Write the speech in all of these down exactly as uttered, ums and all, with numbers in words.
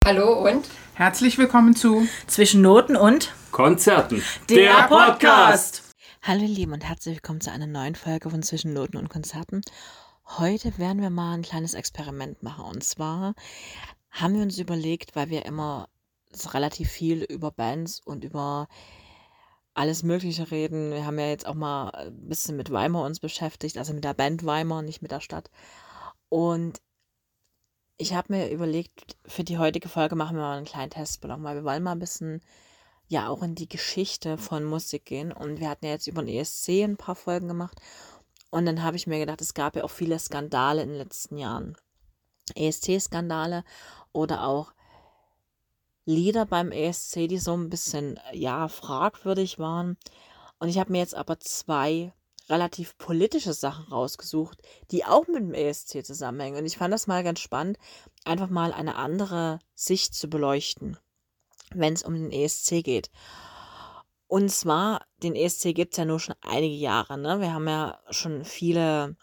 Hallo und herzlich willkommen zu Zwischen Noten und Konzerten, der Podcast. Hallo ihr Lieben und herzlich willkommen zu einer neuen Folge von Zwischen Noten und Konzerten. Heute werden wir mal ein kleines Experiment machen. Und zwar haben wir uns überlegt, weil wir immer so relativ viel über Bands und über alles Mögliche reden. Wir haben ja jetzt auch mal ein bisschen mit Weimar uns beschäftigt, also mit der Band Weimar, nicht mit der Stadt. Und ich habe mir überlegt, für die heutige Folge machen wir mal einen kleinen Testballon, weil wir wollen mal ein bisschen, ja, auch in die Geschichte von Musik gehen. Und wir hatten ja jetzt über den E S C ein paar Folgen gemacht. Und dann habe ich mir gedacht, es gab ja auch viele Skandale in den letzten Jahren. E S C-Skandale oder auch Lieder beim E S C, die so ein bisschen, ja, fragwürdig waren. Und ich habe mir jetzt aber zwei relativ politische Sachen rausgesucht, die auch mit dem E S C zusammenhängen. Und ich fand das mal ganz spannend, einfach mal eine andere Sicht zu beleuchten, wenn es um den E S C geht. Und zwar, den E S C gibt es ja nur schon einige Jahre. Ne? Wir haben ja schon viele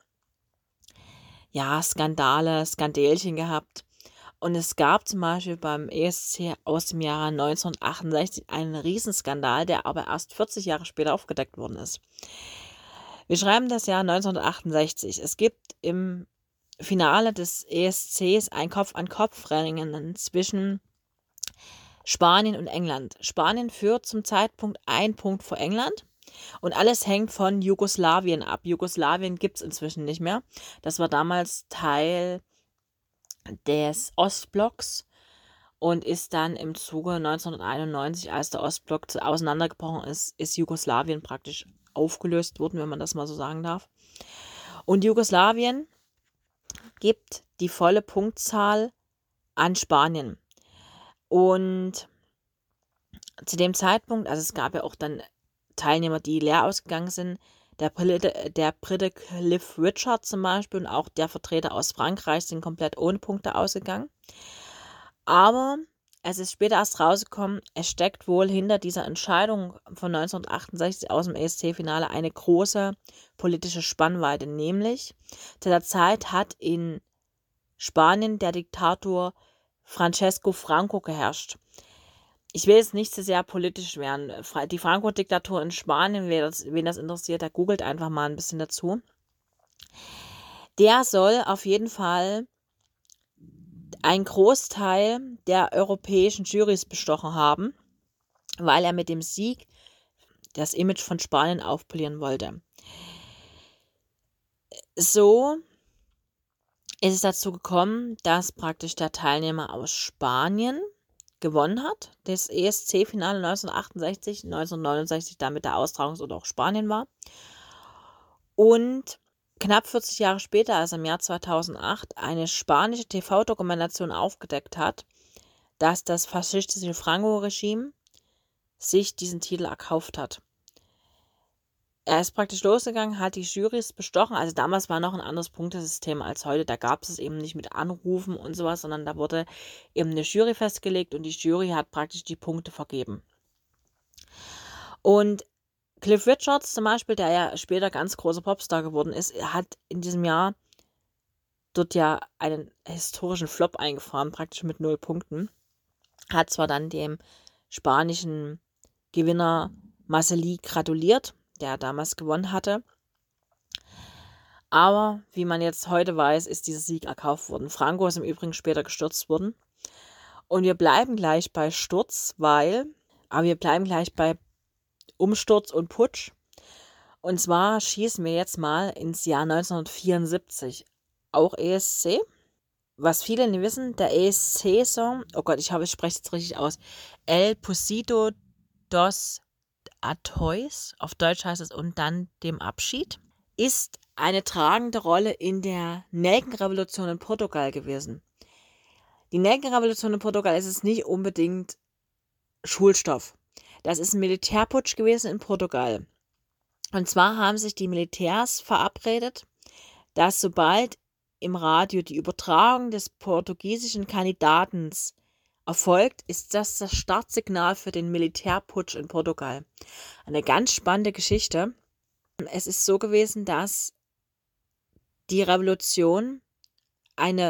ja, Skandale, Skandälchen gehabt. Und es gab zum Beispiel beim E S C aus dem Jahre neunzehnhundertachtundsechzig einen Riesenskandal, der aber erst vierzig Jahre später aufgedeckt worden ist. Wir schreiben das Jahr neunzehnhundertachtundsechzig. Es gibt im Finale des E S Cs ein Kopf-an-Kopf-Rennen zwischen Spanien und England. Spanien führt zum Zeitpunkt einen Punkt vor England und alles hängt von Jugoslawien ab. Jugoslawien gibt es inzwischen nicht mehr. Das war damals Teil des Ostblocks und ist dann im Zuge neunzehnhunderteinundneunzig, als der Ostblock auseinandergebrochen ist, ist Jugoslawien praktisch aufgelöst worden, wenn man das mal so sagen darf. Und Jugoslawien gibt die volle Punktzahl an Spanien. Und zu dem Zeitpunkt, also es gab ja auch dann Teilnehmer, die leer ausgegangen sind, der Brite, der Brite Cliff Richard zum Beispiel und auch der Vertreter aus Frankreich sind komplett ohne Punkte ausgegangen. Aber es ist später erst rausgekommen, es steckt wohl hinter dieser Entscheidung von neunzehnhundertachtundsechzig aus dem E S C-Finale eine große politische Spannweite. Nämlich, zu der Zeit hat in Spanien der Diktator Francisco Franco geherrscht. Ich will jetzt nicht so sehr politisch werden. Die Franco-Diktatur in Spanien, wer das, wen das interessiert, der googelt einfach mal ein bisschen dazu. Der soll auf jeden Fall einen Großteil der europäischen Jurys bestochen haben, weil er mit dem Sieg das Image von Spanien aufpolieren wollte. So ist es dazu gekommen, dass praktisch der Teilnehmer aus Spanien gewonnen hat, das E S C-Finale neunzehnhundertachtundsechzig, neunzehnhundertneunundsechzig damit der Austragungsort auch Spanien war. Und knapp vierzig Jahre später, also im Jahr zweitausendacht, eine spanische T V-Dokumentation aufgedeckt hat, dass das faschistische Franco-Regime sich diesen Titel erkauft hat. Er ist praktisch losgegangen, hat die Jurys bestochen. Also damals war noch ein anderes Punktesystem als heute. Da gab es es eben nicht mit Anrufen und sowas, sondern da wurde eben eine Jury festgelegt und die Jury hat praktisch die Punkte vergeben. Und Cliff Richards zum Beispiel, der ja später ganz großer Popstar geworden ist, hat in diesem Jahr dort ja einen historischen Flop eingefahren, praktisch mit null Punkten. Hat zwar dann dem spanischen Gewinner Marcelí gratuliert, der damals gewonnen hatte. Aber wie man jetzt heute weiß, ist dieser Sieg erkauft worden. Franco ist im Übrigen später gestürzt worden. Und wir bleiben gleich bei Sturz, weil, aber wir bleiben gleich bei Umsturz und Putsch. Und zwar schießen wir jetzt mal ins Jahr neunzehnhundertvierundsiebzig. Auch E S C. Was viele nicht wissen, der E S C-Song, oh Gott, ich, habe, ich spreche es jetzt richtig aus, El Pucito dos Atois, auf Deutsch heißt es und dann dem Abschied, ist eine tragende Rolle in der Nelkenrevolution in Portugal gewesen. Die Nelkenrevolution in Portugal ist es nicht unbedingt Schulstoff. Das ist ein Militärputsch gewesen in Portugal. Und zwar haben sich die Militärs verabredet, dass sobald im Radio die Übertragung des portugiesischen Kandidaten erfolgt, ist das das Startsignal für den Militärputsch in Portugal. Eine ganz spannende Geschichte. Es ist so gewesen, dass die Revolution eine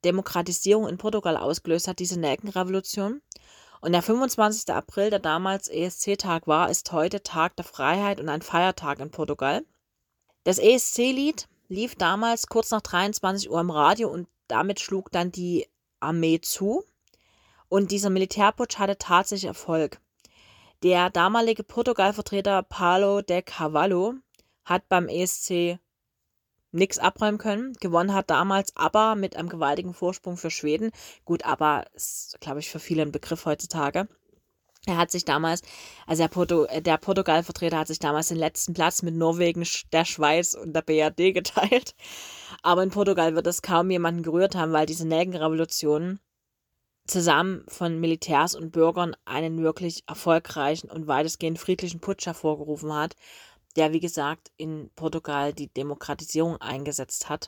Demokratisierung in Portugal ausgelöst hat, diese Nelkenrevolution. Und der fünfundzwanzigster April, der damals E S C-Tag war, ist heute Tag der Freiheit und ein Feiertag in Portugal. Das E S C-Lied lief damals kurz nach dreiundzwanzig Uhr im Radio und damit schlug dann die Armee zu. Und dieser Militärputsch hatte tatsächlich Erfolg. Der damalige Portugal-Vertreter Paulo de Carvalho hat beim E S C nichts abräumen können. Gewonnen hat damals ABBA mit einem gewaltigen Vorsprung für Schweden. Gut, ABBA ist, glaube ich, für viele ein Begriff heutzutage. Er hat sich damals, also der, Porto, der Portugal-Vertreter hat sich damals den letzten Platz mit Norwegen, der Schweiz und der B R D geteilt. Aber in Portugal wird es kaum jemanden gerührt haben, weil diese Nelkenrevolution zusammen von Militärs und Bürgern einen wirklich erfolgreichen und weitestgehend friedlichen Putsch hervorgerufen hat, der, wie gesagt, in Portugal die Demokratisierung eingesetzt hat.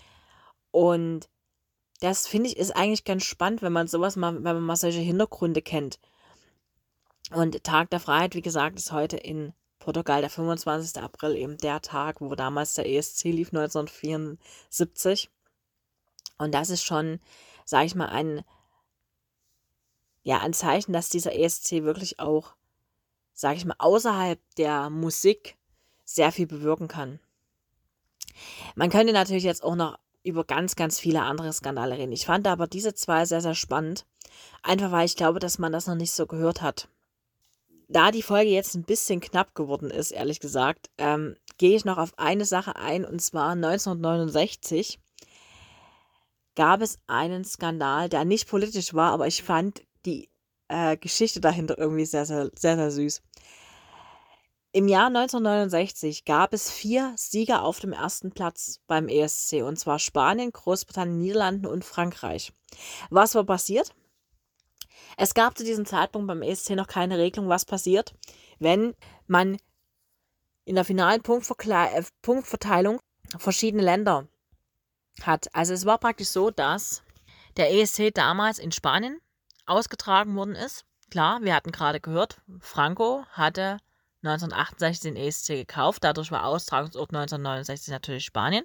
Und das, finde ich, ist eigentlich ganz spannend, wenn man sowas mal, wenn man mal solche Hintergründe kennt. Und Tag der Freiheit, wie gesagt, ist heute in Portugal der fünfundzwanzigster April, eben der Tag, wo damals der E S C lief, neunzehnhundertvierundsiebzig. Und das ist schon, sage ich mal, ein, ja, ein Zeichen, dass dieser E S C wirklich auch, sage ich mal, außerhalb der Musik sehr viel bewirken kann. Man könnte natürlich jetzt auch noch über ganz, ganz viele andere Skandale reden. Ich fand aber diese zwei sehr, sehr spannend. Einfach weil ich glaube, dass man das noch nicht so gehört hat. Da die Folge jetzt ein bisschen knapp geworden ist, ehrlich gesagt, ähm, gehe ich noch auf eine Sache ein. Und zwar neunzehnhundertneunundsechzig gab es einen Skandal, der nicht politisch war, aber ich fand die äh, Geschichte dahinter irgendwie sehr, sehr, sehr, sehr süß. Im Jahr neunzehnhundertneunundsechzig gab es vier Sieger auf dem ersten Platz beim E S C, und zwar Spanien, Großbritannien, Niederlanden und Frankreich. Was war passiert? Es gab zu diesem Zeitpunkt beim E S C noch keine Regelung, was passiert, wenn man in der finalen Punktverkle- äh, Punktverteilung verschiedene Länder hat. Also es war praktisch so, dass der E S C damals in Spanien ausgetragen worden ist. Klar, wir hatten gerade gehört, Franco hatte neunzehnhundertachtundsechzig den E S C gekauft. Dadurch war Austragungsort neunzehnhundertneunundsechzig natürlich Spanien.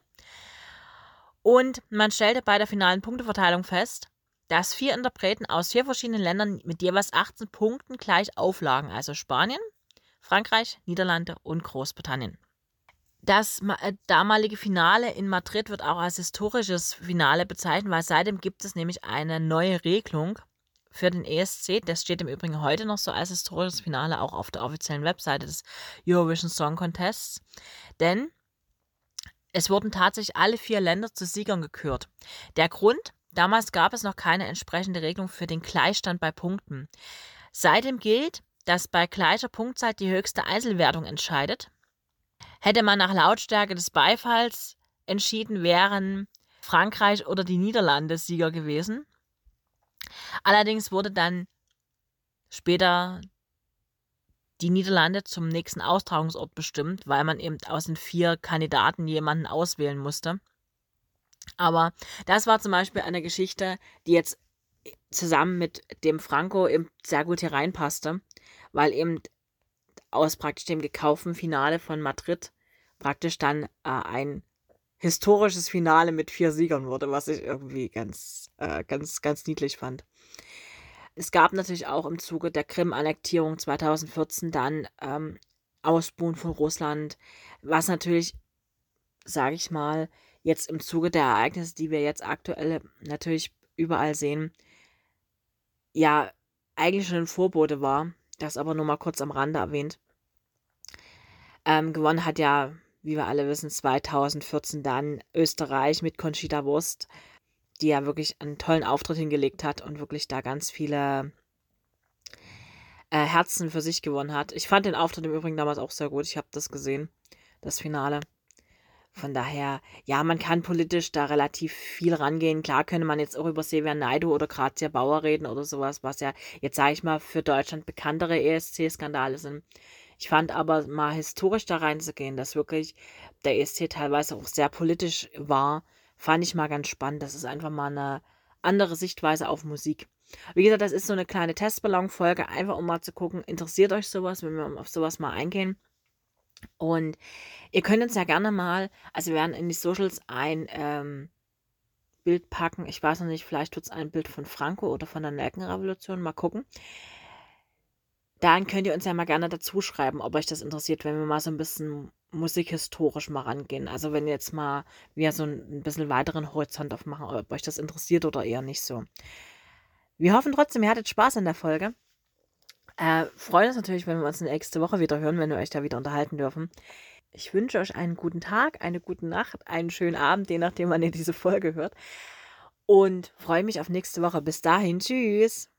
Und man stellte bei der finalen Punkteverteilung fest, dass vier Interpreten aus vier verschiedenen Ländern mit jeweils achtzehn Punkten gleich auflagen. Also Spanien, Frankreich, Niederlande und Großbritannien. Das äh, damalige Finale in Madrid wird auch als historisches Finale bezeichnet, weil seitdem gibt es nämlich eine neue Regelung für den E S C. Das steht im Übrigen heute noch so als historisches Finale auch auf der offiziellen Webseite des Eurovision Song Contests. Denn es wurden tatsächlich alle vier Länder zu Siegern gekürt. Der Grund: Damals gab es noch keine entsprechende Regelung für den Gleichstand bei Punkten. Seitdem gilt, dass bei gleicher Punktzahl die höchste Einzelwertung entscheidet. Hätte man nach Lautstärke des Beifalls entschieden, wären Frankreich oder die Niederlande Sieger gewesen. Allerdings wurde dann später die Niederlande zum nächsten Austragungsort bestimmt, weil man eben aus den vier Kandidaten jemanden auswählen musste. Aber das war zum Beispiel eine Geschichte, die jetzt zusammen mit dem Franco eben sehr gut hier reinpasste, weil eben aus praktisch dem gekauften Finale von Madrid praktisch dann äh, ein historisches Finale mit vier Siegern wurde, was ich irgendwie ganz, äh, ganz, ganz niedlich fand. Es gab natürlich auch im Zuge der Krim-Annektierung zweitausendvierzehn dann ähm, Ausbuhen von Russland, was natürlich, sage ich mal, jetzt im Zuge der Ereignisse, die wir jetzt aktuell natürlich überall sehen, ja, eigentlich schon ein Vorbote war, das aber nur mal kurz am Rande erwähnt. Ähm, gewonnen hat ja, wie wir alle wissen, zweitausendvierzehn dann Österreich mit Conchita Wurst, die ja wirklich einen tollen Auftritt hingelegt hat und wirklich da ganz viele äh, Herzen für sich gewonnen hat. Ich fand den Auftritt im Übrigen damals auch sehr gut. Ich habe das gesehen, das Finale. Von daher, ja, man kann politisch da relativ viel rangehen. Klar könnte man jetzt auch über Xavier Naidoo oder Grazia Bauer reden oder sowas, was ja jetzt, sage ich mal, für Deutschland bekanntere E S C-Skandale sind. Ich fand aber mal historisch da reinzugehen, dass wirklich der E S C teilweise auch sehr politisch war, fand ich mal ganz spannend. Das ist einfach mal eine andere Sichtweise auf Musik. Wie gesagt, das ist so eine kleine Testballon-Folge, einfach um mal zu gucken, interessiert euch sowas, wenn wir auf sowas mal eingehen. Und ihr könnt uns ja gerne mal, also wir werden in die Socials ein ähm, Bild packen. Ich weiß noch nicht, vielleicht wird es ein Bild von Franco oder von der Nelkenrevolution. Mal gucken. Dann könnt ihr uns ja mal gerne dazu schreiben, ob euch das interessiert, wenn wir mal so ein bisschen musikhistorisch mal rangehen. Also wenn jetzt mal wir so ein, ein bisschen weiteren Horizont aufmachen, ob euch das interessiert oder eher nicht so. Wir hoffen trotzdem, ihr hattet Spaß in der Folge. Äh, freuen uns natürlich, wenn wir uns nächste Woche wieder hören, wenn wir euch da wieder unterhalten dürfen. Ich wünsche euch einen guten Tag, eine gute Nacht, einen schönen Abend, je nachdem, wann ihr diese Folge hört. Und freue mich auf nächste Woche. Bis dahin, tschüss.